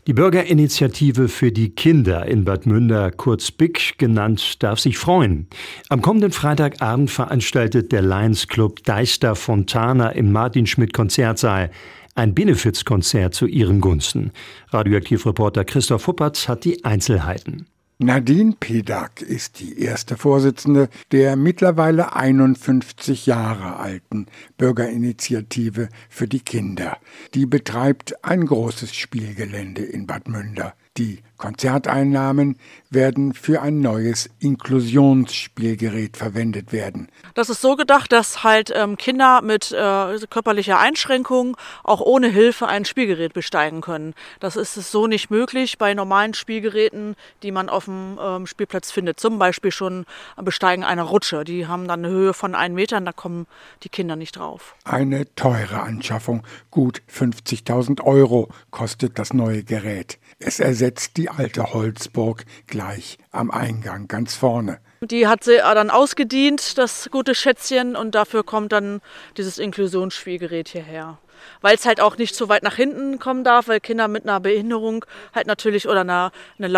Die Bürgerinitiative für die Kinder in Bad Münder, kurz BIK genannt, darf sich freuen. Am kommenden Freitagabend veranstaltet der Lions Club Deister Fontana im Martin-Schmidt-Konzertsaal ein Benefizkonzert zu ihren Gunsten. Radioaktivreporter Christoph Huppertz hat die Einzelheiten. Nadine Pedak ist die erste Vorsitzende der mittlerweile 51 Jahre alten Bürgerinitiative für die Kinder. Die betreibt ein großes Spielgelände in Bad Münder. Die Konzerteinnahmen werden für ein neues Inklusionsspielgerät verwendet werden. Das ist so gedacht, dass halt Kinder mit körperlicher Einschränkung auch ohne Hilfe ein Spielgerät besteigen können. Das ist so nicht möglich bei normalen Spielgeräten, die man auf dem Spielplatz findet. Zum Beispiel schon Besteigen einer Rutsche. Die haben dann eine Höhe von 1 Meter, da kommen die Kinder nicht drauf. Eine teure Anschaffung, gut 50.000 € kostet das neue Gerät. Es ersetzt die alte Holzburg gleich am Eingang ganz vorne. Die hat sie dann ausgedient, das gute Schätzchen, und dafür kommt dann dieses Inklusionsspielgerät hierher. Weil es halt auch nicht so weit nach hinten kommen darf, weil Kinder mit einer Behinderung halt natürlich oder eine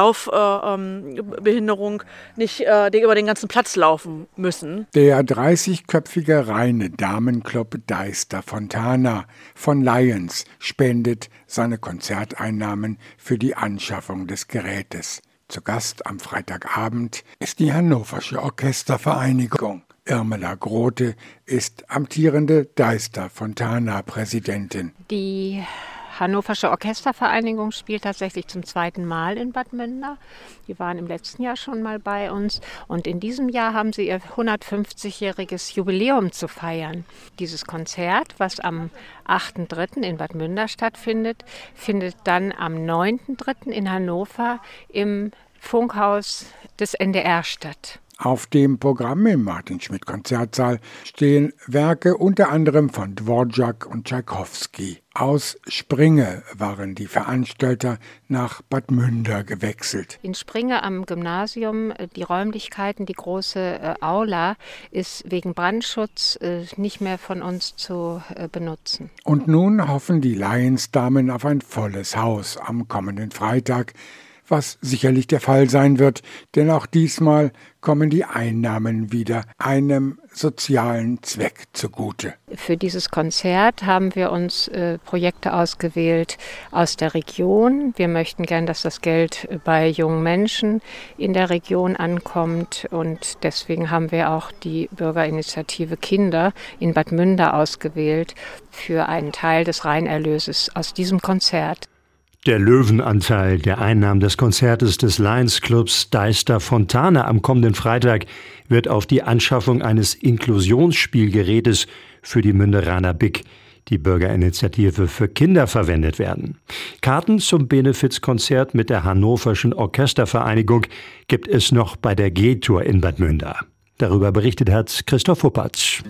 Laufbehinderung nicht über den ganzen Platz laufen müssen. Der 30-köpfige reine Damenclub Deister Fontana von Lions spendet seine Konzerteinnahmen für die Anschaffung des Gerätes. Zu Gast am Freitagabend ist die Hannoversche Orchestervereinigung. Irmela Grote ist amtierende Deister Fontana-Präsidentin. Die Hannoversche Orchestervereinigung spielt tatsächlich zum 2. Mal in Bad Münder. Die waren im letzten Jahr schon mal bei uns und in diesem Jahr haben sie ihr 150-jähriges Jubiläum zu feiern. Dieses Konzert, was am 8.3. in Bad Münder stattfindet, findet dann am 9.3. in Hannover im Funkhaus des NDR statt. Auf dem Programm im Martin-Schmidt-Konzertsaal stehen Werke unter anderem von Dvorak und Tschaikowski. Aus Springe waren die Veranstalter nach Bad Münder gewechselt. In Springe am Gymnasium, die Räumlichkeiten, die große Aula, ist wegen Brandschutz nicht mehr von uns zu benutzen. Und nun hoffen die Lions-Damen auf ein volles Haus am kommenden Freitag, was sicherlich der Fall sein wird, denn auch diesmal kommen die Einnahmen wieder einem sozialen Zweck zugute. Für dieses Konzert haben wir uns Projekte ausgewählt aus der Region. Wir möchten gern, dass das Geld bei jungen Menschen in der Region ankommt, und deswegen haben wir auch die Bürgerinitiative Kinder in Bad Münder ausgewählt für einen Teil des Reinerlöses aus diesem Konzert. Der Löwenanteil der Einnahmen des Konzertes des Lions Clubs Deister Fontana am kommenden Freitag wird auf die Anschaffung eines Inklusionsspielgerätes für die Münderaner BIK, die Bürgerinitiative für Kinder, verwendet werden. Karten zum Benefizkonzert mit der Hannoverschen Orchestervereinigung gibt es noch bei der G-Tour in Bad Münder. Darüber berichtet hat Christoph Huppertz.